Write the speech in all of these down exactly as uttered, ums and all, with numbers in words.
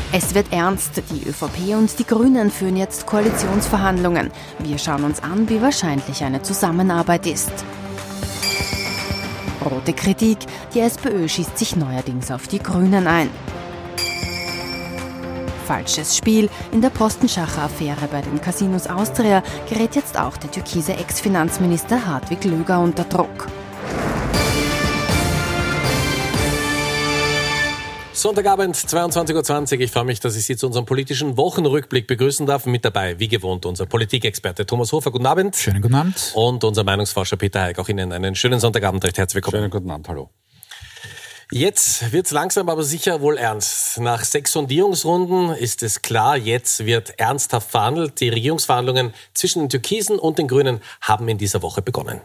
Es wird ernst. Die ÖVP und die Grünen führen jetzt Koalitionsverhandlungen. Wir schauen uns an, wie wahrscheinlich eine Zusammenarbeit ist. Rote Kritik. Die SPÖ schießt sich neuerdings auf die Grünen ein. Falsches Spiel. In der Postenschacher-Affäre bei den Casinos Austria gerät jetzt auch der türkise Ex-Finanzminister Hartwig Löger unter Druck. Sonntagabend, zweiundzwanzig Uhr zwanzig. Ich freue mich, dass ich Sie zu unserem politischen Wochenrückblick begrüßen darf. Mit dabei, wie gewohnt, unser Politikexperte Thomas Hofer. Guten Abend. Schönen guten Abend. Und unser Meinungsforscher Peter Heik. Auch Ihnen einen schönen Sonntagabend. Recht herzlich willkommen. Schönen guten Abend. Hallo. Jetzt wird's langsam, aber sicher wohl ernst. Nach sechs Sondierungsrunden ist es klar, jetzt wird ernsthaft verhandelt. Die Regierungsverhandlungen zwischen den Türkisen und den Grünen haben in dieser Woche begonnen.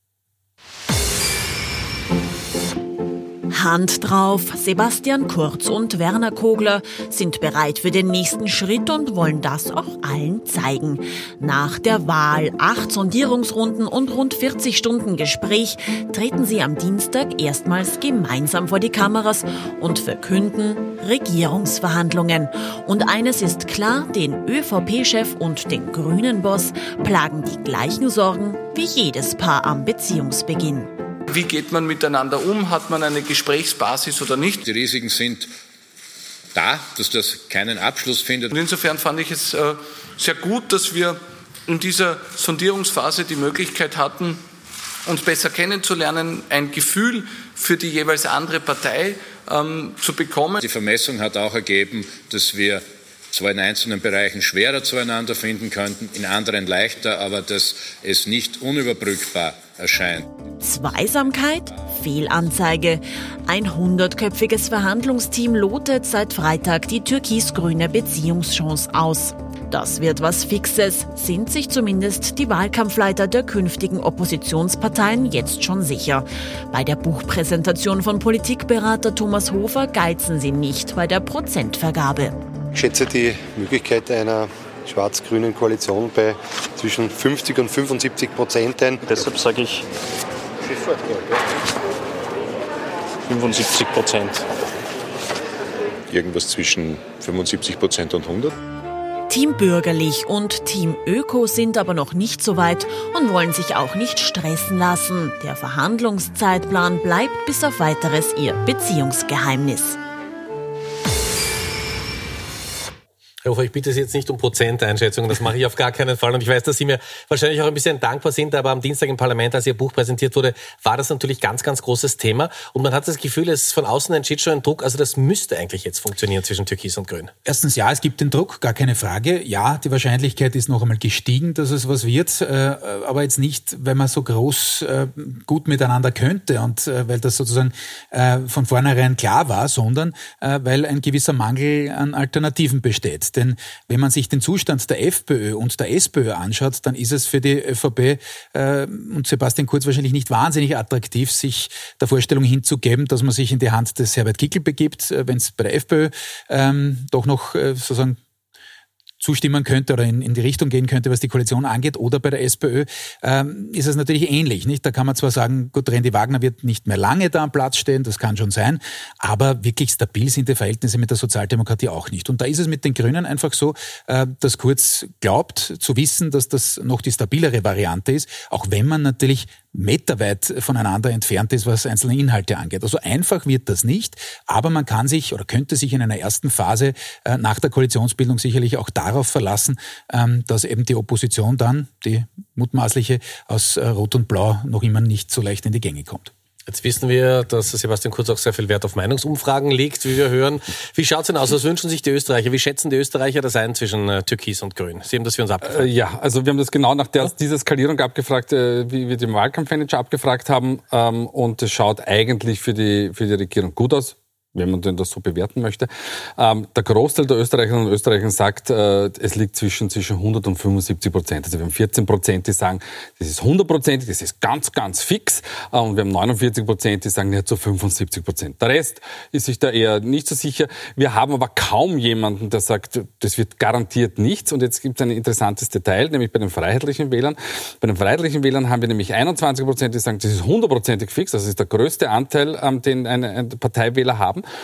Hand drauf, Sebastian Kurz und Werner Kogler sind bereit für den nächsten Schritt und wollen das auch allen zeigen. Nach der Wahl, acht Sondierungsrunden und rund vierzig Stunden Gespräch treten sie am Dienstag erstmals gemeinsam vor die Kameras und verkünden Regierungsverhandlungen. Und eines ist klar, den ÖVP-Chef und den Grünen-Boss plagen die gleichen Sorgen wie jedes Paar am Beziehungsbeginn. Wie geht man miteinander um? Hat man eine Gesprächsbasis oder nicht? Die Risiken sind da, dass das keinen Abschluss findet. Und insofern fand ich es äh, sehr gut, dass wir in dieser Sondierungsphase die Möglichkeit hatten, uns besser kennenzulernen, ein Gefühl für die jeweils andere Partei ähm, zu bekommen. Die Vermessung hat auch ergeben, dass wir zwar in einzelnen Bereichen schwerer zueinander finden könnten, in anderen leichter, aber dass es nicht unüberbrückbar erscheint. Zweisamkeit? Fehlanzeige. Ein hundertköpfiges Verhandlungsteam lotet seit Freitag die türkis-grüne Beziehungschance aus. Das wird was Fixes, sind sich zumindest die Wahlkampfleiter der künftigen Oppositionsparteien jetzt schon sicher. Bei der Buchpräsentation von Politikberater Thomas Hofer geizen sie nicht bei der Prozentvergabe. Ich schätze die Möglichkeit einer schwarz-grünen Koalition bei zwischen fünfzig und fünfundsiebzig Prozent ein. Deshalb sage ich fünfundsiebzig Prozent. Irgendwas zwischen fünfundsiebzig Prozent und hundert. Team Bürgerlich und Team Öko sind aber noch nicht so weit und wollen sich auch nicht stressen lassen. Der Verhandlungszeitplan bleibt bis auf Weiteres ihr Beziehungsgeheimnis. Herr Hofer, ich bitte Sie jetzt nicht um Prozenteinschätzungen, das mache ich auf gar keinen Fall. Und ich weiß, dass Sie mir wahrscheinlich auch ein bisschen dankbar sind, aber am Dienstag im Parlament, als Ihr Buch präsentiert wurde, war das natürlich ganz, ganz großes Thema. Und man hat das Gefühl, es von außen entsteht schon ein Druck. Also das müsste eigentlich jetzt funktionieren zwischen Türkis und Grün. Erstens, ja, es gibt den Druck, gar keine Frage. Ja, die Wahrscheinlichkeit ist noch einmal gestiegen, dass es was wird. Aber jetzt nicht, weil man so groß gut miteinander könnte und weil das sozusagen von vornherein klar war, sondern weil ein gewisser Mangel an Alternativen besteht. Denn wenn man sich den Zustand der FPÖ und der SPÖ anschaut, dann ist es für die ÖVP äh, und Sebastian Kurz wahrscheinlich nicht wahnsinnig attraktiv, sich der Vorstellung hinzugeben, dass man sich in die Hand des Herbert Kickl begibt, äh, wenn es bei der FPÖ ähm, doch noch äh, sozusagen zustimmen könnte oder in, in die Richtung gehen könnte, was die Koalition angeht, oder bei der SPÖ, ähm, ist es natürlich ähnlich, nicht? Da kann man zwar sagen, gut, Randy Wagner wird nicht mehr lange da am Platz stehen, das kann schon sein, aber wirklich stabil sind die Verhältnnisse mit der Sozialdemokratie auch nicht. Und da ist es mit den Grünen einfach so, äh, dass Kurz glaubt zu wissen, dass das noch die stabilere Variante ist, auch wenn man natürlich meterweit voneinander entfernt ist, was einzelne Inhalte angeht. Also einfach wird das nicht, aber man kann sich oder könnte sich in einer ersten Phase äh, nach der Koalitionsbildung sicherlich auch darauf verlassen, ähm, dass eben die Opposition dann, die mutmaßliche aus äh, Rot und Blau, noch immer nicht so leicht in die Gänge kommt. Jetzt wissen wir, dass Sebastian Kurz auch sehr viel Wert auf Meinungsumfragen legt, wie wir hören. Wie schaut es denn aus? Was wünschen sich die Österreicher? Wie schätzen die Österreicher das ein zwischen äh, Türkis und Grün? Sie haben das für uns abgefragt. Äh, ja, also wir haben das genau nach der, ja? dieser Skalierung abgefragt, äh, wie wir den Wahlkampfmanager abgefragt haben. Ähm, und es schaut eigentlich für die, für die Regierung gut aus, wenn man denn das so bewerten möchte. Ähm, der Großteil der Österreicherinnen und Österreicher sagt, äh, es liegt zwischen, zwischen hundert und fünfundsiebzig Prozent. Also wir haben vierzehn Prozent, die sagen, das ist hundertprozentig, das ist ganz, ganz fix. Äh, und wir haben neunundvierzig Prozent, die sagen, ja, zu fünfundsiebzig Prozent. Der Rest ist sich da eher nicht so sicher. Wir haben aber kaum jemanden, der sagt, das wird garantiert nichts. Und jetzt gibt es ein interessantes Detail, nämlich bei den freiheitlichen Wählern. Bei den freiheitlichen Wählern haben wir nämlich einundzwanzig Prozent, die sagen, das ist hundertprozentig fix. Das ist der größte Anteil, ähm, den eine, eine Parteiwähler haben.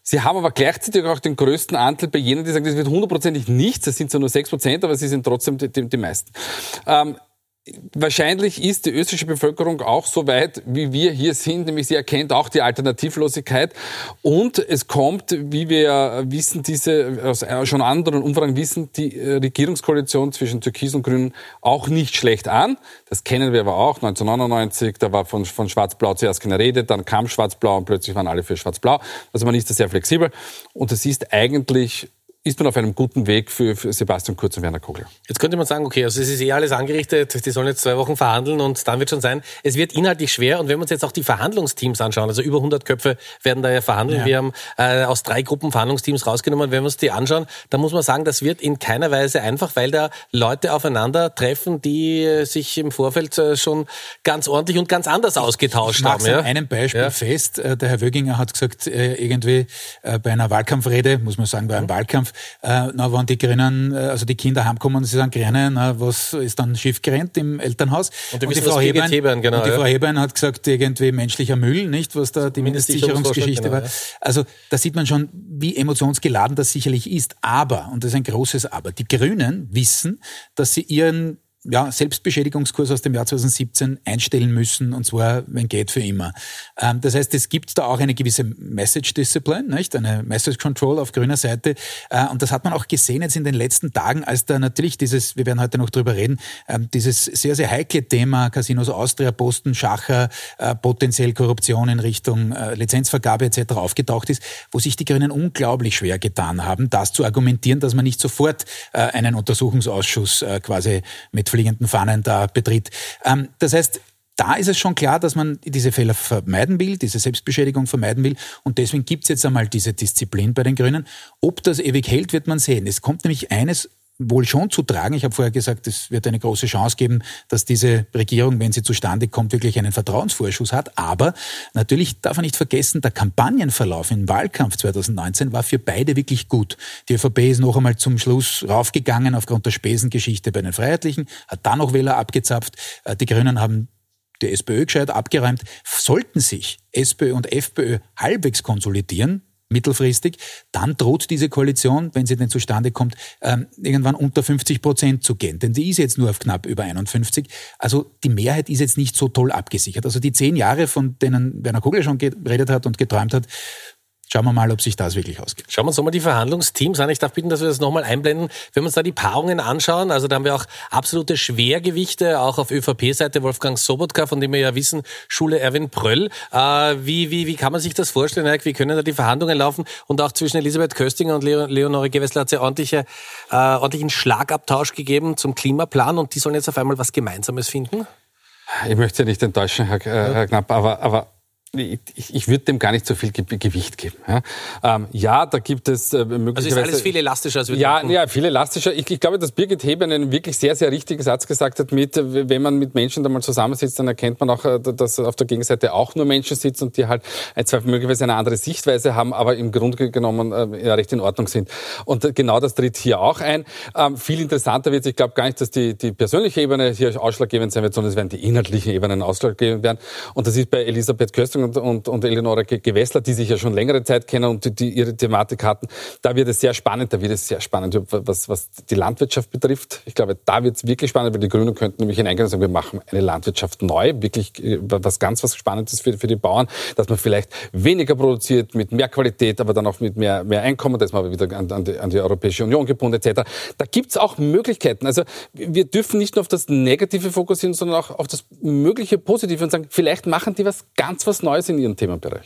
Sie haben aber gleichzeitig auch den größten Anteil bei jenen, die sagen, das wird hundertprozentig nichts. Das sind zwar nur sechs Prozent, aber sie sind trotzdem die, die, die meisten. Ähm, Wahrscheinlich ist die österreichische Bevölkerung auch so weit, wie wir hier sind, nämlich sie erkennt auch die Alternativlosigkeit und es kommt, wie wir wissen, diese aus schon anderen Umfragen wissen, die Regierungskoalition zwischen Türkis und Grünen auch nicht schlecht an. Das kennen wir aber auch. neunzehnhundertneunundneunzig, da war von, von Schwarz-Blau zuerst keine Rede, dann kam Schwarz-Blau und plötzlich waren alle für Schwarz-Blau. Also man ist da sehr flexibel und das ist eigentlich ist man auf einem guten Weg für, für Sebastian Kurz und Werner Kogler. Jetzt könnte man sagen, okay, also es ist eh alles angerichtet, die sollen jetzt zwei Wochen verhandeln und dann wird schon sein, es wird inhaltlich schwer und wenn wir uns jetzt auch die Verhandlungsteams anschauen, also über hundert Köpfe werden da ja verhandeln, ja. Wir haben äh, aus drei Gruppen Verhandlungsteams rausgenommen, wenn wir uns die anschauen, dann muss man sagen, das wird in keiner Weise einfach, weil da Leute aufeinandertreffen, die äh, sich im Vorfeld äh, schon ganz ordentlich und ganz anders ausgetauscht ich haben. Ich ja? an einem Beispiel ja. fest, äh, der Herr Wöginger hat gesagt, äh, irgendwie äh, bei einer Wahlkampfrede, muss man sagen, bei einem mhm. Wahlkampf, äh, na, wenn die Grünen, also die Kinder heimkommen und sie sagen, Grüne, na, was ist dann schief gerannt im Elternhaus? Und, und, die, wissen, Frau Hebein, Hebern, genau, und die ja. Frau Hebein hat gesagt, irgendwie menschlicher Müll, nicht, was da die Mindestsicherungsgeschichte genau, war. Ja. Also da sieht man schon, wie emotionsgeladen das sicherlich ist. Aber, und das ist ein großes Aber, die Grünen wissen, dass sie ihren ja, Selbstbeschädigungskurs aus dem Jahr zweitausendsiebzehn einstellen müssen, und zwar, wenn geht, für immer. Ähm, das heißt, es gibt da auch eine gewisse Message Discipline, nicht? Eine Message Control auf grüner Seite. Äh, und das hat man auch gesehen jetzt in den letzten Tagen, als da natürlich dieses, wir werden heute noch drüber reden, ähm, dieses sehr, sehr heikle Thema Casinos Austria, Posten, Schacher, äh, potenziell Korruption in Richtung äh, Lizenzvergabe et cetera aufgetaucht ist, wo sich die Grünen unglaublich schwer getan haben, das zu argumentieren, dass man nicht sofort äh, einen Untersuchungsausschuss äh, quasi mit fliegenden Fahnen da betritt. Ähm, das heißt, da ist es schon klar, dass man diese Fehler vermeiden will, diese Selbstbeschädigung vermeiden will. Und deswegen gibt es jetzt einmal diese Disziplin bei den Grünen. Ob das ewig hält, wird man sehen. Es kommt nämlich eines wohl schon zu tragen. Ich habe vorher gesagt, es wird eine große Chance geben, dass diese Regierung, wenn sie zustande kommt, wirklich einen Vertrauensvorschuss hat. Aber natürlich darf man nicht vergessen, der Kampagnenverlauf im Wahlkampf zweitausendneunzehn war für beide wirklich gut. Die ÖVP ist noch einmal zum Schluss raufgegangen aufgrund der Spesengeschichte bei den Freiheitlichen, hat dann noch Wähler abgezapft. Die Grünen haben die SPÖ gescheit abgeräumt. Sollten sich SPÖ und FPÖ halbwegs konsolidieren, mittelfristig, dann droht diese Koalition, wenn sie denn zustande kommt, ähm, irgendwann unter fünfzig Prozent zu gehen. Denn die ist jetzt nur auf knapp über einundfünfzig. Also die Mehrheit ist jetzt nicht so toll abgesichert. Also die zehn Jahre, von denen Werner Kogler schon geredet hat und geträumt hat, schauen wir mal, ob sich das wirklich ausgeht. Schauen wir uns nochmal die Verhandlungsteams an. Ich darf bitten, dass wir das nochmal einblenden. Wenn wir uns da die Paarungen anschauen, also da haben wir auch absolute Schwergewichte, auch auf ÖVP-Seite Wolfgang Sobotka, von dem wir ja wissen, Schule Erwin Pröll. Äh, wie, wie, wie kann man sich das vorstellen, Herr? Wie können da die Verhandlungen laufen? Und auch zwischen Elisabeth Köstinger und Leonore Gewessler hat es ja ordentliche, äh, ordentlichen Schlagabtausch gegeben zum Klimaplan und die sollen jetzt auf einmal was Gemeinsames finden? Ich möchte ja nicht enttäuschen, Herr, äh, Herr Knapp, aber... aber Ich, ich würde dem gar nicht so viel Gewicht geben. Ja, ähm, ja da gibt es äh, möglicherweise... Also ist alles viel elastischer als wir ja, denken. Ja, viel elastischer. Ich, ich glaube, dass Birgit Hebein einen wirklich sehr, sehr richtigen Satz gesagt hat mit, wenn man mit Menschen da mal zusammensitzt, dann erkennt man auch, dass auf der Gegenseite auch nur Menschen sitzen und die halt zwar möglicherweise eine andere Sichtweise haben, aber im Grunde genommen äh, ja, recht in Ordnung sind. Und genau das tritt hier auch ein. Ähm, viel interessanter wird es, ich glaube gar nicht, dass die, die persönliche Ebene hier ausschlaggebend sein wird, sondern es werden die inhaltlichen Ebenen ausschlaggebend werden. Und das ist bei Elisabeth Köstinger Und, und, und Eleonore Gewessler, die sich ja schon längere Zeit kennen und die, die ihre Thematik hatten. Da wird es sehr spannend, da wird es sehr spannend, was, was die Landwirtschaft betrifft. Ich glaube, da wird es wirklich spannend, weil die Grünen könnten nämlich hineingehen und sagen, wir machen eine Landwirtschaft neu, wirklich was ganz was Spannendes für, für die Bauern, dass man vielleicht weniger produziert, mit mehr Qualität, aber dann auch mit mehr, mehr Einkommen, da ist man aber wieder an, an, die, an die Europäische Union gebunden et cetera. Da gibt es auch Möglichkeiten. Also wir dürfen nicht nur auf das Negative fokussieren, sondern auch auf das mögliche Positive und sagen, vielleicht machen die was ganz was Neues in ihrem Themenbereich.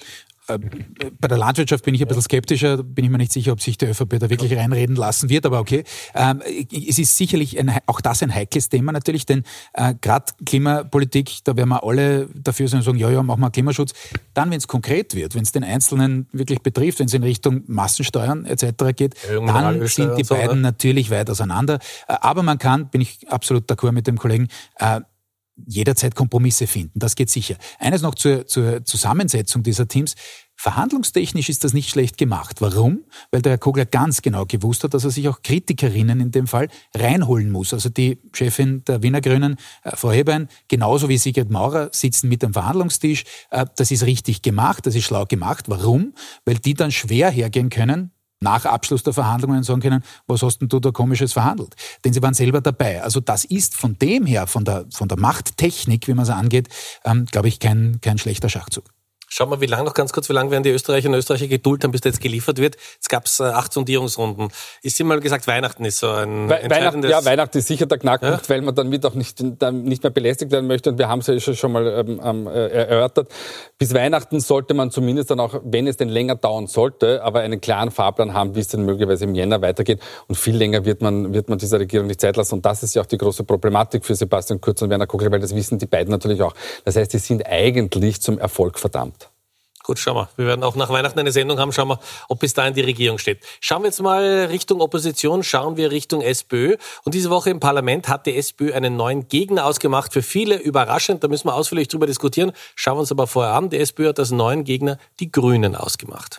Bei der Landwirtschaft bin ich ein bisschen skeptischer, bin ich mir nicht sicher, ob sich der ÖVP da wirklich reinreden lassen wird, aber okay. Ähm, es ist sicherlich ein, auch das ein heikles Thema natürlich, denn äh, gerade Klimapolitik, da werden wir alle dafür sein und sagen, ja, ja, machen wir Klimaschutz. Dann, wenn es konkret wird, wenn es den Einzelnen wirklich betrifft, wenn es in Richtung Massensteuern et cetera geht, dann sind die beiden natürlich weit auseinander. Aber man kann, bin ich absolut d'accord mit dem Kollegen, äh, jederzeit Kompromisse finden. Das geht sicher. Eines noch zur, zur Zusammensetzung dieser Teams. Verhandlungstechnisch ist das nicht schlecht gemacht. Warum? Weil der Herr Kogler ganz genau gewusst hat, dass er sich auch Kritikerinnen in dem Fall reinholen muss. Also die Chefin der Wiener Grünen, äh, Frau Hebein, genauso wie Sigrid Maurer, sitzen mit am Verhandlungstisch. Äh, das ist richtig gemacht, das ist schlau gemacht. Warum? Weil die dann schwer hergehen können, nach Abschluss der Verhandlungen sagen können, was hast denn du da Komisches verhandelt? Denn sie waren selber dabei. Also das ist von dem her, von der, von der Machttechnik, wie man es angeht, ähm, glaube ich, kein, kein schlechter Schachzug. Schauen wir, wie lange noch ganz kurz, wie lange werden die Österreicherinnen und Österreicher Geduld haben, bis das jetzt geliefert wird? Jetzt gab es äh, acht Sondierungsrunden. Ist immer gesagt, Weihnachten ist so ein We- entscheidendes... Weihnachten, ja, Weihnachten ist sicher der Knackpunkt, ja? weil man dann mit auch nicht, dann nicht mehr belästigt werden möchte. Und wir haben es ja schon mal ähm, äh, erörtert. Bis Weihnachten sollte man zumindest dann auch, wenn es denn länger dauern sollte, aber einen klaren Fahrplan haben, wie es denn möglicherweise im Jänner weitergeht. Und viel länger wird man, wird man dieser Regierung nicht Zeit lassen. Und das ist ja auch die große Problematik für Sebastian Kurz und Werner Kogler, weil das wissen die beiden natürlich auch. Das heißt, sie sind eigentlich zum Erfolg verdammt. Gut, schauen wir. Wir werden auch nach Weihnachten eine Sendung haben. Schauen wir, ob bis dahin die Regierung steht. Schauen wir jetzt mal Richtung Opposition, schauen wir Richtung SPÖ. Und diese Woche im Parlament hat die SPÖ einen neuen Gegner ausgemacht. Für viele überraschend, da müssen wir ausführlich drüber diskutieren. Schauen wir uns aber vorher an. Die SPÖ hat als neuen Gegner die Grünen ausgemacht.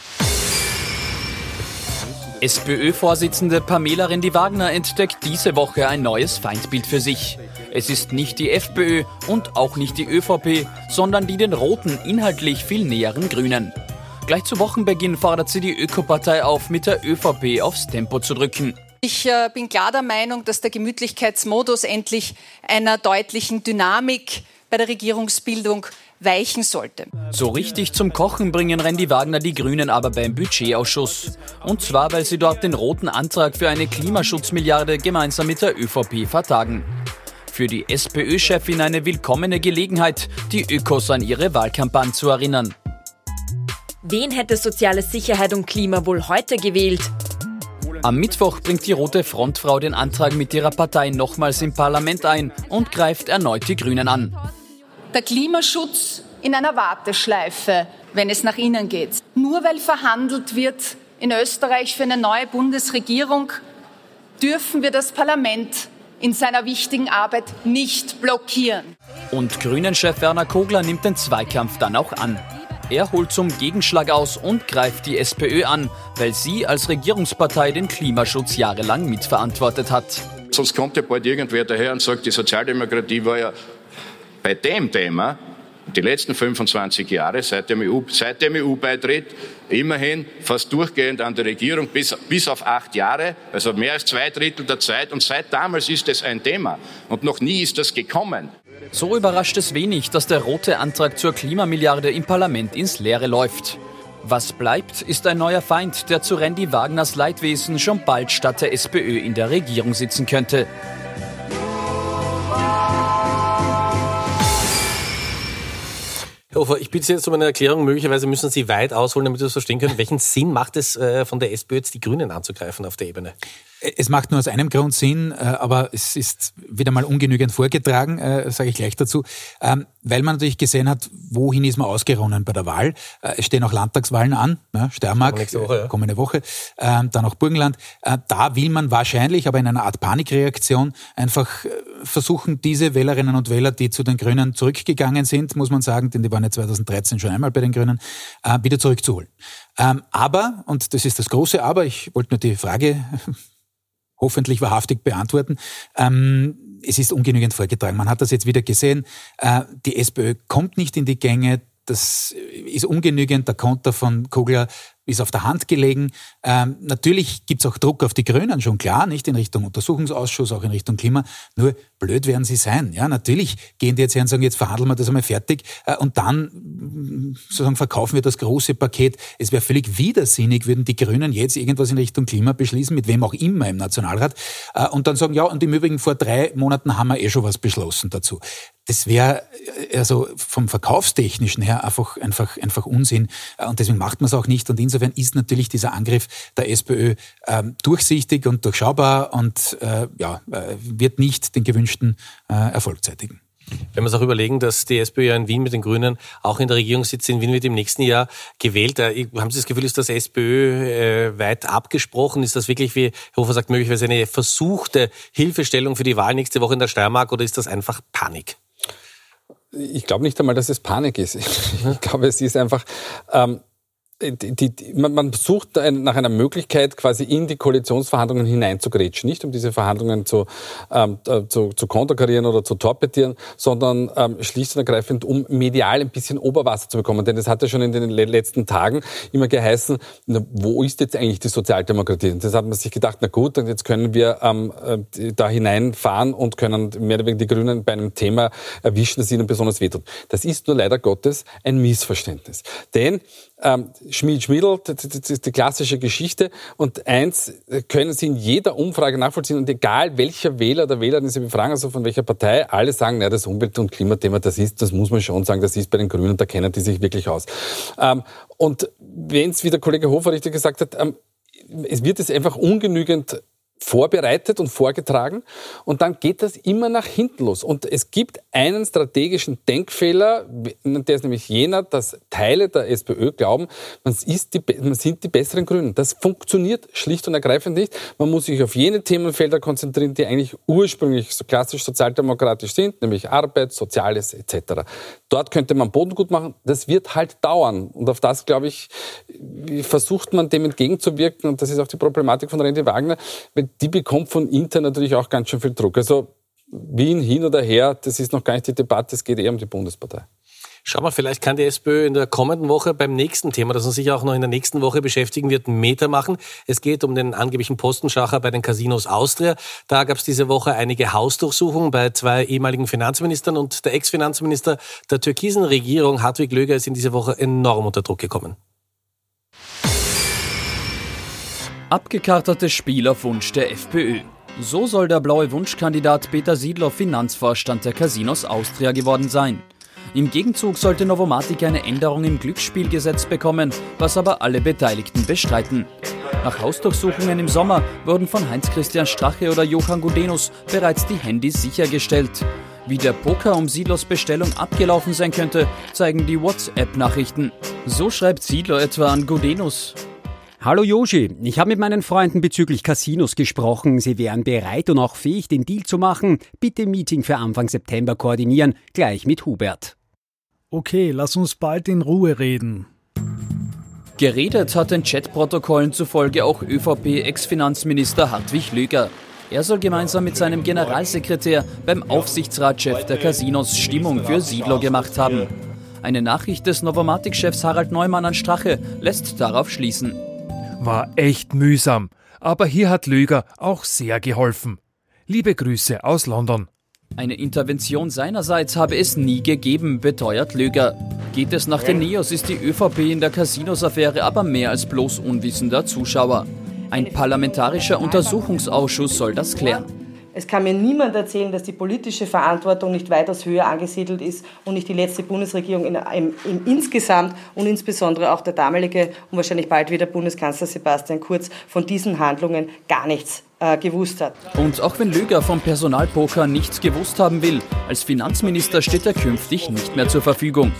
SPÖ-Vorsitzende Pamela Rendi-Wagner entdeckt diese Woche ein neues Feindbild für sich. Es ist nicht die FPÖ und auch nicht die ÖVP, sondern die den roten, inhaltlich viel näheren Grünen. Gleich zu Wochenbeginn fordert sie die Ökopartei auf, mit der ÖVP aufs Tempo zu drücken. Ich äh, bin klar der Meinung, dass der Gemütlichkeitsmodus endlich einer deutlichen Dynamik bei der Regierungsbildung weichen sollte. So richtig zum Kochen bringen Rendi-Wagner die Grünen aber beim Budgetausschuss. Und zwar, weil sie dort den roten Antrag für eine Klimaschutzmilliarde gemeinsam mit der ÖVP vertagen. Für die SPÖ-Chefin eine willkommene Gelegenheit, die Ökos an ihre Wahlkampagne zu erinnern. Wen hätte soziale Sicherheit und Klima wohl heute gewählt? Am Mittwoch bringt die Rote Frontfrau den Antrag mit ihrer Partei nochmals im Parlament ein und greift erneut die Grünen an. Der Klimaschutz in einer Warteschleife, wenn es nach innen geht. Nur weil verhandelt wird in Österreich für eine neue Bundesregierung, dürfen wir das Parlament in seiner wichtigen Arbeit nicht blockieren. Und Grünen-Chef Werner Kogler nimmt den Zweikampf dann auch an. Er holt zum Gegenschlag aus und greift die SPÖ an, weil sie als Regierungspartei den Klimaschutz jahrelang mitverantwortet hat. Sonst kommt ja bald irgendwer daher und sagt, die Sozialdemokratie war ja bei dem Thema die letzten fünfundzwanzig Jahre seit dem E U, seit dem E U-Beitritt immerhin fast durchgehend an der Regierung, bis, bis auf acht Jahre, also mehr als zwei Drittel der Zeit. Und seit damals ist es ein Thema. Und noch nie ist das gekommen. So überrascht es wenig, dass der rote Antrag zur Klimamilliarde im Parlament ins Leere läuft. Was bleibt, ist ein neuer Feind, der zu Rendi-Wagners Leidwesen schon bald statt der SPÖ in der Regierung sitzen könnte. Herr Hofer, ich bitte Sie jetzt um eine Erklärung. Möglicherweise müssen Sie weit ausholen, damit wir das verstehen können. Welchen Sinn macht es äh, von der SPÖ jetzt, die Grünen anzugreifen auf der Ebene? Es macht nur aus einem Grund Sinn, aber es ist wieder mal ungenügend vorgetragen, sage ich gleich dazu, weil man natürlich gesehen hat, wohin ist man ausgeronnen bei der Wahl. Es stehen auch Landtagswahlen an, Steiermark, nächste Woche, ja. kommende Woche, dann auch Burgenland. Da will man wahrscheinlich, aber in einer Art Panikreaktion, einfach versuchen, diese Wählerinnen und Wähler, die zu den Grünen zurückgegangen sind, muss man sagen, denn die waren ja zweitausenddreizehn schon einmal bei den Grünen, wieder zurückzuholen. Aber, und das ist das große Aber, ich wollte nur die Frage hoffentlich wahrhaftig beantworten. Ähm, es ist ungenügend vorgetragen. Man hat das jetzt wieder gesehen. Äh, die SPÖ kommt nicht in die Gänge. Das ist ungenügend. Der Konter von Kogler ist auf der Hand gelegen. Ähm, natürlich gibt's auch Druck auf die Grünen, schon klar, nicht in Richtung Untersuchungsausschuss, auch in Richtung Klima. Nur blöd werden sie sein. Ja, natürlich gehen die jetzt her und sagen, jetzt verhandeln wir das einmal fertig äh, und dann sozusagen verkaufen wir das große Paket. Es wäre völlig widersinnig, würden die Grünen jetzt irgendwas in Richtung Klima beschließen, mit wem auch immer im Nationalrat, äh, und dann sagen, ja, und im Übrigen vor drei Monaten haben wir eh schon was beschlossen dazu. Das wäre also vom Verkaufstechnischen her einfach, einfach, einfach Unsinn. Und deswegen macht man es auch nicht. Und insofern ist natürlich dieser Angriff der SPÖ ähm, durchsichtig und durchschaubar und äh, ja, äh, wird nicht den gewünschten äh, Erfolg zeitigen. Wenn wir uns auch überlegen, dass die SPÖ ja in Wien mit den Grünen auch in der Regierung sitzt, in Wien wird im nächsten Jahr gewählt. Haben Sie das Gefühl, ist das SPÖ äh, weit abgesprochen? Ist das wirklich, wie Herr Hofer sagt, möglicherweise eine versuchte Hilfestellung für die Wahl nächste Woche in der Steiermark oder ist das einfach Panik? Ich glaube nicht einmal, dass es Panik ist. Ich glaube, es ist einfach... Ähm Die, die, man, man sucht ein, nach einer Möglichkeit, quasi in die Koalitionsverhandlungen hineinzugrätschen. Nicht um diese Verhandlungen zu, ähm, zu, zu konterkarieren oder zu torpedieren, sondern ähm, schlicht und ergreifend, um medial ein bisschen Oberwasser zu bekommen. Denn es hat ja schon in den letzten Tagen immer geheißen, na, wo ist jetzt eigentlich die Sozialdemokratie? Und das hat man sich gedacht, na gut, jetzt können wir ähm, da hineinfahren und können mehr oder weniger die Grünen bei einem Thema erwischen, das ihnen besonders wehtut. Das ist nur leider Gottes ein Missverständnis. Denn Ähm, Schmied Schmiedl, das ist die klassische Geschichte. Und eins können Sie in jeder Umfrage nachvollziehen. Und egal welcher Wähler oder Wählerin Sie befragen, also von welcher Partei, alle sagen, naja, das Umwelt- und Klimathema, das ist, das muss man schon sagen, das ist bei den Grünen, da kennen die sich wirklich aus. Ähm, und wenn es, wie der Kollege Hofer richtig gesagt hat, ähm, es wird es einfach ungenügend vorbereitet und vorgetragen und dann geht das immer nach hinten los. Und es gibt einen strategischen Denkfehler, der ist nämlich jener, dass Teile der SPÖ glauben, man, ist die, man sind die besseren Grünen. Das funktioniert schlicht und ergreifend nicht. Man muss sich auf jene Themenfelder konzentrieren, die eigentlich ursprünglich so klassisch sozialdemokratisch sind, nämlich Arbeit, Soziales et cetera. Dort könnte man Boden gut machen. Das wird halt dauern. Und auf das, glaube ich, versucht man dem entgegenzuwirken. Und das ist auch die Problematik von Randy Wagner, weil die bekommt von intern natürlich auch ganz schön viel Druck. Also Wien hin oder her, das ist noch gar nicht die Debatte, es geht eher um die Bundespartei. Schau mal, vielleicht kann die SPÖ in der kommenden Woche beim nächsten Thema, das uns sicher auch noch in der nächsten Woche beschäftigen wird, einen Meter machen. Es geht um den angeblichen Postenschacher bei den Casinos Austria. Da gab es diese Woche einige Hausdurchsuchungen bei zwei ehemaligen Finanzministern und der Ex-Finanzminister der türkisen Regierung, Hartwig Löger, ist in dieser Woche enorm unter Druck gekommen. Abgekartetes Spiel auf Wunsch der FPÖ. So soll der blaue Wunschkandidat Peter Siedler Finanzvorstand der Casinos Austria geworden sein. Im Gegenzug sollte Novomatic eine Änderung im Glücksspielgesetz bekommen, was aber alle Beteiligten bestreiten. Nach Hausdurchsuchungen im Sommer wurden von Heinz-Christian Strache oder Johann Gudenus bereits die Handys sichergestellt. Wie der Poker um Siedlers Bestellung abgelaufen sein könnte, zeigen die WhatsApp-Nachrichten. So schreibt Siedler etwa an Gudenus. Hallo Joshi, ich habe mit meinen Freunden bezüglich Casinos gesprochen. Sie wären bereit und auch fähig, den Deal zu machen. Bitte Meeting für Anfang September koordinieren, gleich mit Hubert. Okay, lass uns bald in Ruhe reden. Geredet hat den Chatprotokollen zufolge auch ÖVP-Ex-Finanzminister Hartwig Löger. Er soll gemeinsam mit seinem Generalsekretär beim Aufsichtsratschef der Casinos Stimmung für Siedler gemacht haben. Eine Nachricht des Novomatic-Chefs Harald Neumann an Strache lässt darauf schließen. War echt mühsam, aber hier hat Löger auch sehr geholfen. Liebe Grüße aus London. Eine Intervention seinerseits habe es nie gegeben, beteuert Löger. Geht es nach den Neos, ist die ÖVP in der Casinos-Affäre aber mehr als bloß unwissender Zuschauer. Ein parlamentarischer Untersuchungsausschuss soll das klären. Es kann mir niemand erzählen, dass die politische Verantwortung nicht weitaus höher angesiedelt ist und nicht die letzte Bundesregierung in, in, in insgesamt und insbesondere auch der damalige und wahrscheinlich bald wieder Bundeskanzler Sebastian Kurz von diesen Handlungen gar nichts äh, gewusst hat. Und auch wenn Löger vom Personalpoker nichts gewusst haben will, als Finanzminister steht er künftig nicht mehr zur Verfügung.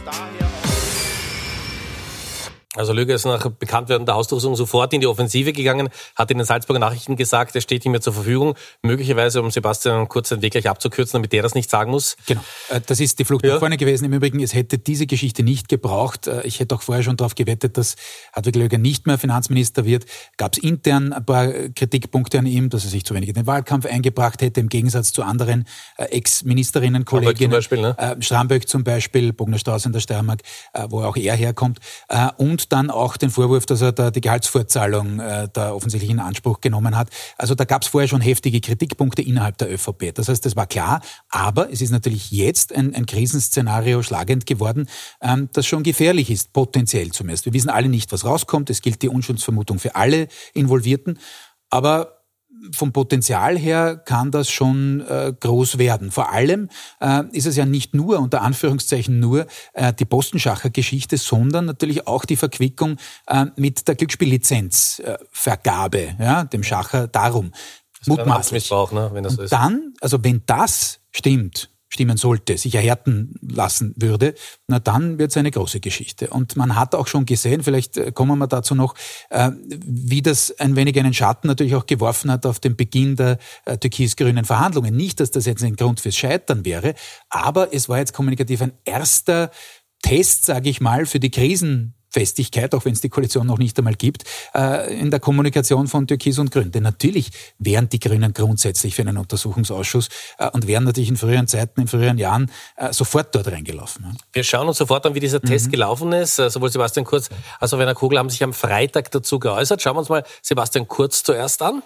Also Löger ist nach Bekanntwerden der Hausdurchsuchung sofort in die Offensive gegangen, hat in den Salzburger Nachrichten gesagt, er steht nicht mehr zur Verfügung. Möglicherweise, um Sebastian Kurz den Weg gleich abzukürzen, damit der das nicht sagen muss. Genau, das ist die Flucht nach vorne gewesen. Im Übrigen, es hätte diese Geschichte nicht gebraucht. Ich hätte auch vorher schon darauf gewettet, dass Hartwig Löger nicht mehr Finanzminister wird. Gab es intern ein paar Kritikpunkte an ihm, dass er sich zu wenig in den Wahlkampf eingebracht hätte, im Gegensatz zu anderen Ex-Ministerinnen, Kolleginnen. Zum Beispiel, ne? Stramböck zum Beispiel, Bogner-Strauß in der Steiermark, wo auch er herkommt. Und dann auch den Vorwurf, dass er da die Gehaltsvorzahlung äh, da offensichtlich in Anspruch genommen hat. Also da gab es vorher schon heftige Kritikpunkte innerhalb der ÖVP. Das heißt, das war klar, aber es ist natürlich jetzt ein, ein Krisenszenario schlagend geworden, ähm, das schon gefährlich ist, potenziell zumindest. Wir wissen alle nicht, was rauskommt. Es gilt die Unschuldsvermutung für alle Involvierten, aber vom Potenzial her kann das schon äh, groß werden. Vor allem äh, ist es ja nicht nur, unter Anführungszeichen nur, äh, die Postenschacher-Geschichte, sondern natürlich auch die Verquickung äh, mit der Glücksspiellizenzvergabe, äh, ja, dem Schacher darum. Das mutmaßlich. Missbrauch, ne, wenn das so ist. Dann, also wenn das stimmt, stimmen sollte, sich erhärten lassen würde, na dann wird es eine große Geschichte. Und man hat auch schon gesehen, vielleicht kommen wir dazu noch, äh, wie das ein wenig einen Schatten natürlich auch geworfen hat auf den Beginn der äh, türkis-grünen Verhandlungen. Nicht, dass das jetzt ein Grund fürs Scheitern wäre, aber es war jetzt kommunikativ ein erster Test, sage ich mal, für die Krisenfestigkeit, auch wenn es die Koalition noch nicht einmal gibt, äh, in der Kommunikation von Türkis und Grün. Denn natürlich wären die Grünen grundsätzlich für einen Untersuchungsausschuss äh, und wären natürlich in früheren Zeiten, in früheren Jahren äh, sofort dort reingelaufen. Ja. Wir schauen uns sofort an, wie dieser Test mhm. gelaufen ist. Sowohl Sebastian Kurz als auch Werner Kogler haben sich am Freitag dazu geäußert. Schauen wir uns mal Sebastian Kurz zuerst an.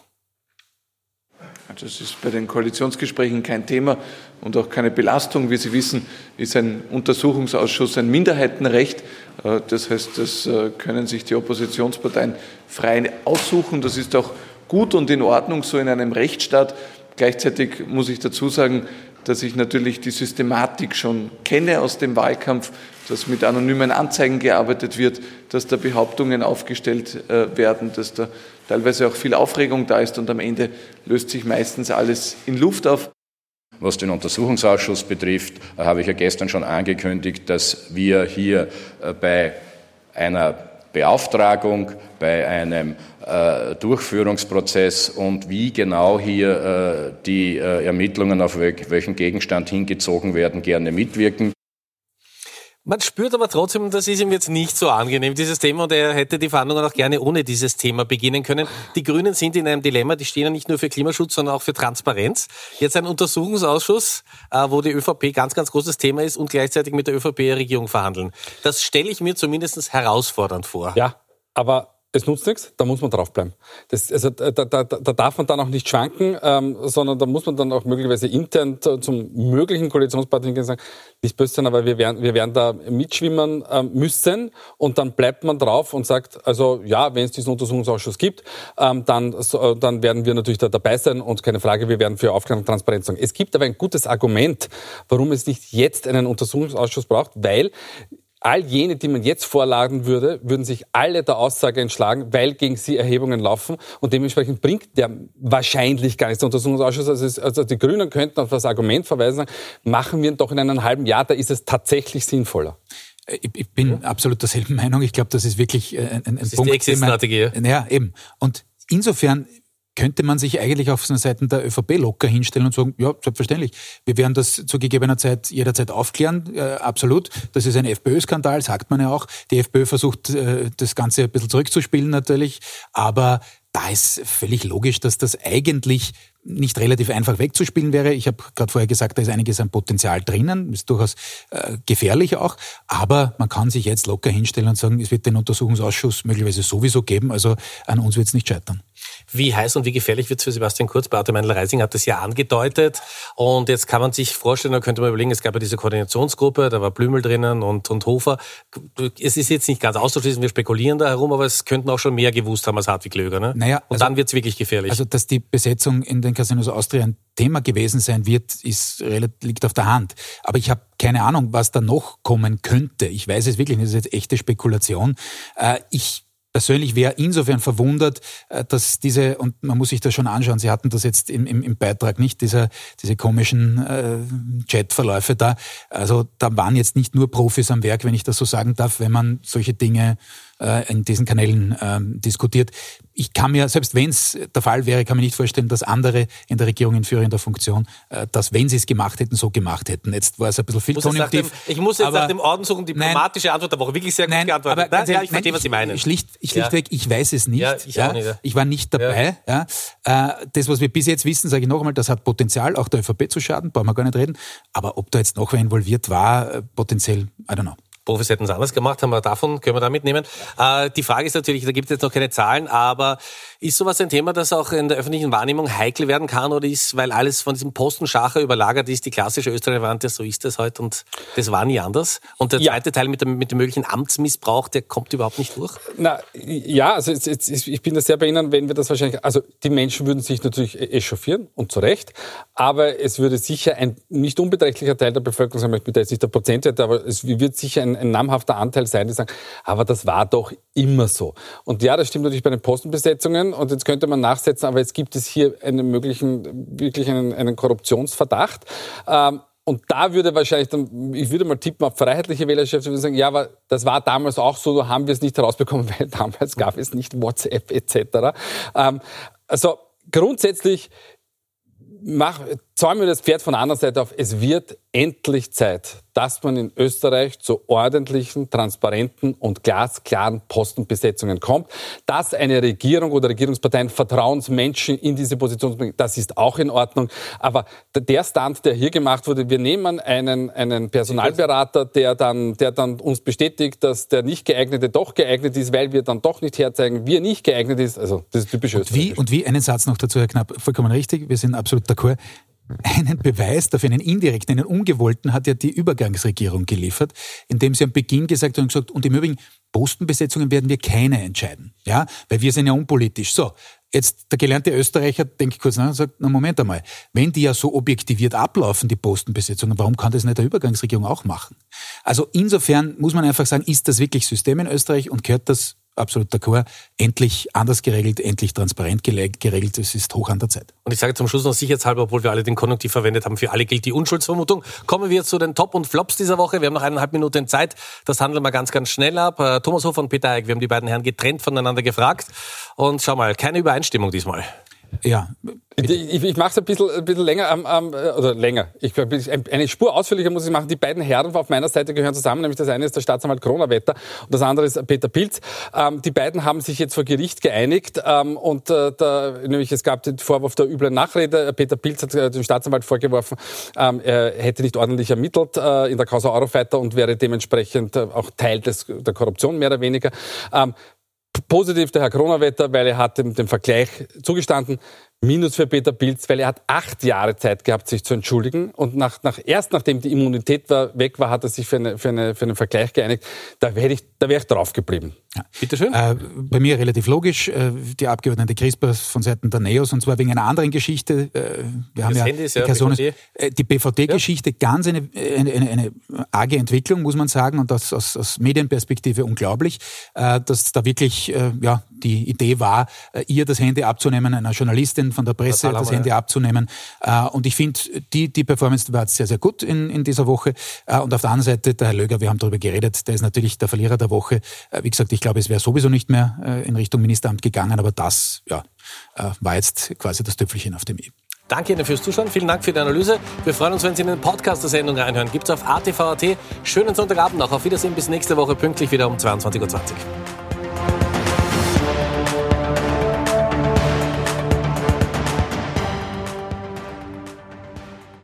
Das ist bei den Koalitionsgesprächen kein Thema und auch keine Belastung. Wie Sie wissen, ist ein Untersuchungsausschuss ein Minderheitenrecht. Das heißt, das können sich die Oppositionsparteien frei aussuchen. Das ist auch gut und in Ordnung, so in einem Rechtsstaat. Gleichzeitig muss ich dazu sagen, dass ich natürlich die Systematik schon kenne aus dem Wahlkampf, dass mit anonymen Anzeigen gearbeitet wird, dass da Behauptungen aufgestellt äh, werden, dass da teilweise auch viel Aufregung da ist und am Ende löst sich meistens alles in Luft auf. Was den Untersuchungsausschuss betrifft, habe ich ja gestern schon angekündigt, dass wir hier äh, bei einer Beauftragung, bei einem äh, Durchführungsprozess und wie genau hier äh, die äh, Ermittlungen auf wel- welchen Gegenstand hingezogen werden, gerne mitwirken. Man spürt aber trotzdem, das ist ihm jetzt nicht so angenehm, dieses Thema, und er hätte die Verhandlungen auch gerne ohne dieses Thema beginnen können. Die Grünen sind in einem Dilemma, die stehen ja nicht nur für Klimaschutz, sondern auch für Transparenz. Jetzt ein Untersuchungsausschuss, wo die ÖVP ganz, ganz großes Thema ist und gleichzeitig mit der ÖVP-Regierung verhandeln. Das stelle ich mir zumindest herausfordernd vor. Ja, aber es nutzt nichts, da muss man draufbleiben. Das, also da, da, da, da darf man dann auch nicht schwanken, ähm, sondern da muss man dann auch möglicherweise intern zum möglichen Koalitionspartner hingehen und sagen, nicht böse sein, aber wir werden, wir werden da mitschwimmen ähm, müssen, und dann bleibt man drauf und sagt, also ja, wenn es diesen Untersuchungsausschuss gibt, ähm, dann, so, dann werden wir natürlich da dabei sein und keine Frage, wir werden für Aufklärung und Transparenz sorgen. Es gibt aber ein gutes Argument, warum es nicht jetzt einen Untersuchungsausschuss braucht, weil all jene, die man jetzt vorladen würde, würden sich alle der Aussage entschlagen, weil gegen sie Erhebungen laufen, und dementsprechend bringt der wahrscheinlich gar nichts der Untersuchungsausschuss. Also, es, also die Grünen könnten auf das Argument verweisen, sagen, machen wir ihn doch in einem halben Jahr, da ist es tatsächlich sinnvoller. Ich, ich bin ja. absolut derselben Meinung. Ich glaube, das ist wirklich ein, ein das Punkt. Das ist die Exit-Strategie. Ja, eben. Und insofern könnte man sich eigentlich auf den Seiten der ÖVP locker hinstellen und sagen, ja, selbstverständlich, wir werden das zu gegebener Zeit jederzeit aufklären, äh, absolut. Das ist ein FPÖ-Skandal, sagt man ja auch. Die FPÖ versucht, äh, das Ganze ein bisschen zurückzuspielen natürlich, aber da ist völlig logisch, dass das eigentlich nicht relativ einfach wegzuspielen wäre. Ich habe gerade vorher gesagt, da ist einiges an Potenzial drinnen, ist durchaus äh, gefährlich auch, aber man kann sich jetzt locker hinstellen und sagen, es wird den Untersuchungsausschuss möglicherweise sowieso geben, also an uns wird es nicht scheitern. Wie heiß und wie gefährlich wird es für Sebastian Kurz? Beate Meindl-Reising hat das ja angedeutet. Und jetzt kann man sich vorstellen, da könnte man überlegen, es gab ja diese Koordinationsgruppe, da war Blümel drinnen und, und Hofer. Es ist jetzt nicht ganz auszuschließen, wir spekulieren da herum, aber es könnten auch schon mehr gewusst haben als Hartwig Löger. Ne? Naja, und also, dann wird es wirklich gefährlich. Also, dass die Besetzung in den Casinos Austria ein Thema gewesen sein wird, ist, liegt auf der Hand. Aber ich habe keine Ahnung, was da noch kommen könnte. Ich weiß es wirklich nicht, das ist jetzt echte Spekulation. Ich persönlich wäre insofern verwundert, dass diese, und man muss sich das schon anschauen, Sie hatten das jetzt im, im, im Beitrag nicht, diese, diese komischen äh, Chatverläufe da. Also da waren jetzt nicht nur Profis am Werk, wenn ich das so sagen darf, wenn man solche Dinge äh, in diesen Kanälen äh, diskutiert. Ich kann mir, selbst wenn es der Fall wäre, kann mir nicht vorstellen, dass andere in der Regierung in führender Funktion äh, das, wenn sie es gemacht hätten, so gemacht hätten. Jetzt war es ein bisschen viel konjunktiv. Ich muss jetzt aber, nach dem Orden suchen, diplomatische nein, Antwort, aber auch wirklich sehr gut nein, geantwortet. Aber, nein, ja, ich nein, verstehe, was Sie meinen. Schlicht, schlichtweg, ja. Ich weiß es nicht. Ja, ich, ja. auch nicht ja. ich war nicht dabei. Ja. Ja. Äh, das, was wir bis jetzt wissen, sage ich noch einmal, das hat Potenzial, auch der ÖVP zu schaden, brauchen wir gar nicht reden. Aber ob da jetzt noch wer involviert war, äh, potenziell, I don't know. Profis hätten es anders gemacht, haben wir davon, können wir da mitnehmen. Äh, die Frage ist natürlich, da gibt es jetzt noch keine Zahlen, aber ist sowas ein Thema, das auch in der öffentlichen Wahrnehmung heikel werden kann, oder ist, weil alles von diesem Postenschacher überlagert ist, die klassische Österreich-Variante, so ist das heute und das war nie anders? Und der zweite ja. Teil mit dem, mit dem möglichen Amtsmissbrauch, der kommt überhaupt nicht durch? Na, ja, also jetzt, jetzt, ich bin da sehr bei Ihnen, wenn wir das wahrscheinlich, also die Menschen würden sich natürlich echauffieren und zu Recht, aber es würde sicher ein nicht unbeträchtlicher Teil der Bevölkerung, sagen, ich bin da jetzt nicht der Prozentwert, aber es wird sicher ein ein namhafter Anteil sein, die sagen, aber das war doch immer so. Und ja, das stimmt natürlich bei den Postenbesetzungen, und jetzt könnte man nachsetzen, aber jetzt gibt es hier einen möglichen, wirklich einen, einen Korruptionsverdacht. Ähm, Und da würde wahrscheinlich, dann, ich würde mal tippen auf freiheitliche Wählerschaft, würde sagen, ja, aber das war damals auch so, so haben wir es nicht herausbekommen, weil damals gab es nicht WhatsApp et cetera. Ähm, also grundsätzlich mach, zäumen wir das Pferd von der anderen Seite auf. Es wird endlich Zeit, dass man in Österreich zu ordentlichen, transparenten und glasklaren Postenbesetzungen kommt. Dass eine Regierung oder Regierungsparteien Vertrauensmenschen in diese Position bringen, das ist auch in Ordnung. Aber der Stand, der hier gemacht wurde, wir nehmen einen, einen Personalberater, der dann, der dann uns bestätigt, dass der nicht geeignete doch geeignet ist, weil wir dann doch nicht herzeigen, wie er nicht geeignet ist. Also das ist typisch österreichisch. Wie, und wie, einen Satz noch dazu, Herr Knapp, vollkommen richtig, wir sind absolut d'accord. Einen Beweis dafür, einen indirekten, einen ungewollten, hat ja die Übergangsregierung geliefert, indem sie am Beginn gesagt haben, gesagt, und im Übrigen, Postenbesetzungen werden wir keine entscheiden, ja, weil wir sind ja unpolitisch. So, jetzt der gelernte Österreicher denkt kurz nach und sagt, na Moment einmal, wenn die ja so objektiviert ablaufen, die Postenbesetzungen, warum kann das nicht der Übergangsregierung auch machen? Also insofern muss man einfach sagen, ist das wirklich System in Österreich und gehört das, absolut d'accord, endlich anders geregelt, endlich transparent geregelt. Es ist hoch an der Zeit. Und ich sage zum Schluss noch sicherheitshalber, obwohl wir alle den Konjunktiv verwendet haben, für alle gilt die Unschuldsvermutung. Kommen wir zu den Top und Flops dieser Woche. Wir haben noch eineinhalb Minuten Zeit. Das handeln wir ganz, ganz schnell ab. Thomas Hofer und Peter Eick, wir haben die beiden Herren getrennt voneinander gefragt. Und schau mal, keine Übereinstimmung diesmal. Ja. Ich, ich, ich mache es ein bisschen, ein bisschen länger, ähm, ähm, oder länger. Ich, eine Spur ausführlicher muss ich machen. Die beiden Herren auf meiner Seite gehören zusammen, nämlich das eine ist der Staatsanwalt Kronawetter und das andere ist Peter Pilz. Ähm, die beiden haben sich jetzt vor Gericht geeinigt ähm, und äh, da, nämlich es gab den Vorwurf der üblen Nachrede. Peter Pilz hat äh, dem Staatsanwalt vorgeworfen, ähm, er hätte nicht ordentlich ermittelt äh, in der Causa Eurofighter und wäre dementsprechend äh, auch Teil des, der Korruption mehr oder weniger. Ähm, Positiv der Herr Kronawetter, weil er hat dem, dem Vergleich zugestanden. Minus für Peter Pilz, weil er hat acht Jahre Zeit gehabt, sich zu entschuldigen. Und nach, nach, erst nachdem die Immunität war, weg war, hat er sich für, eine, für, eine, für einen Vergleich geeinigt. Da wäre ich, da wäre ich drauf geblieben. Ja. Bitte schön. Äh, bei mir relativ logisch. Äh, die Abgeordnete Crispers von Seiten der NEOS, und zwar wegen einer anderen Geschichte. Äh, wir haben ja, Handys, die, ja, Personen, B V D. Äh, die B V D-Geschichte, ja. ganz eine, eine, eine, eine arge Entwicklung, muss man sagen, und das aus, aus Medienperspektive unglaublich, äh, dass da wirklich äh, ja, die Idee war, äh, ihr das Handy abzunehmen, einer Journalistin von der Presse das Handy ja. abzunehmen. Äh, und ich finde, die, die Performance war sehr, sehr gut in, in dieser Woche. Äh, und auf der anderen Seite, der Herr Löger, wir haben darüber geredet, der ist natürlich der Verlierer der Woche. Äh, wie gesagt, ich glaube, es wäre sowieso nicht mehr äh, in Richtung Ministeramt gegangen, aber das ja, äh, war jetzt quasi das Tüpfelchen auf dem i. Danke Ihnen fürs Zuschauen, vielen Dank für die Analyse. Wir freuen uns, wenn Sie in den Podcast der Sendung reinhören. Gibt's auf A T V Punkt A T. Schönen Sonntagabend noch. Auf Wiedersehen, bis nächste Woche pünktlich wieder um zweiundzwanzig Uhr zwanzig.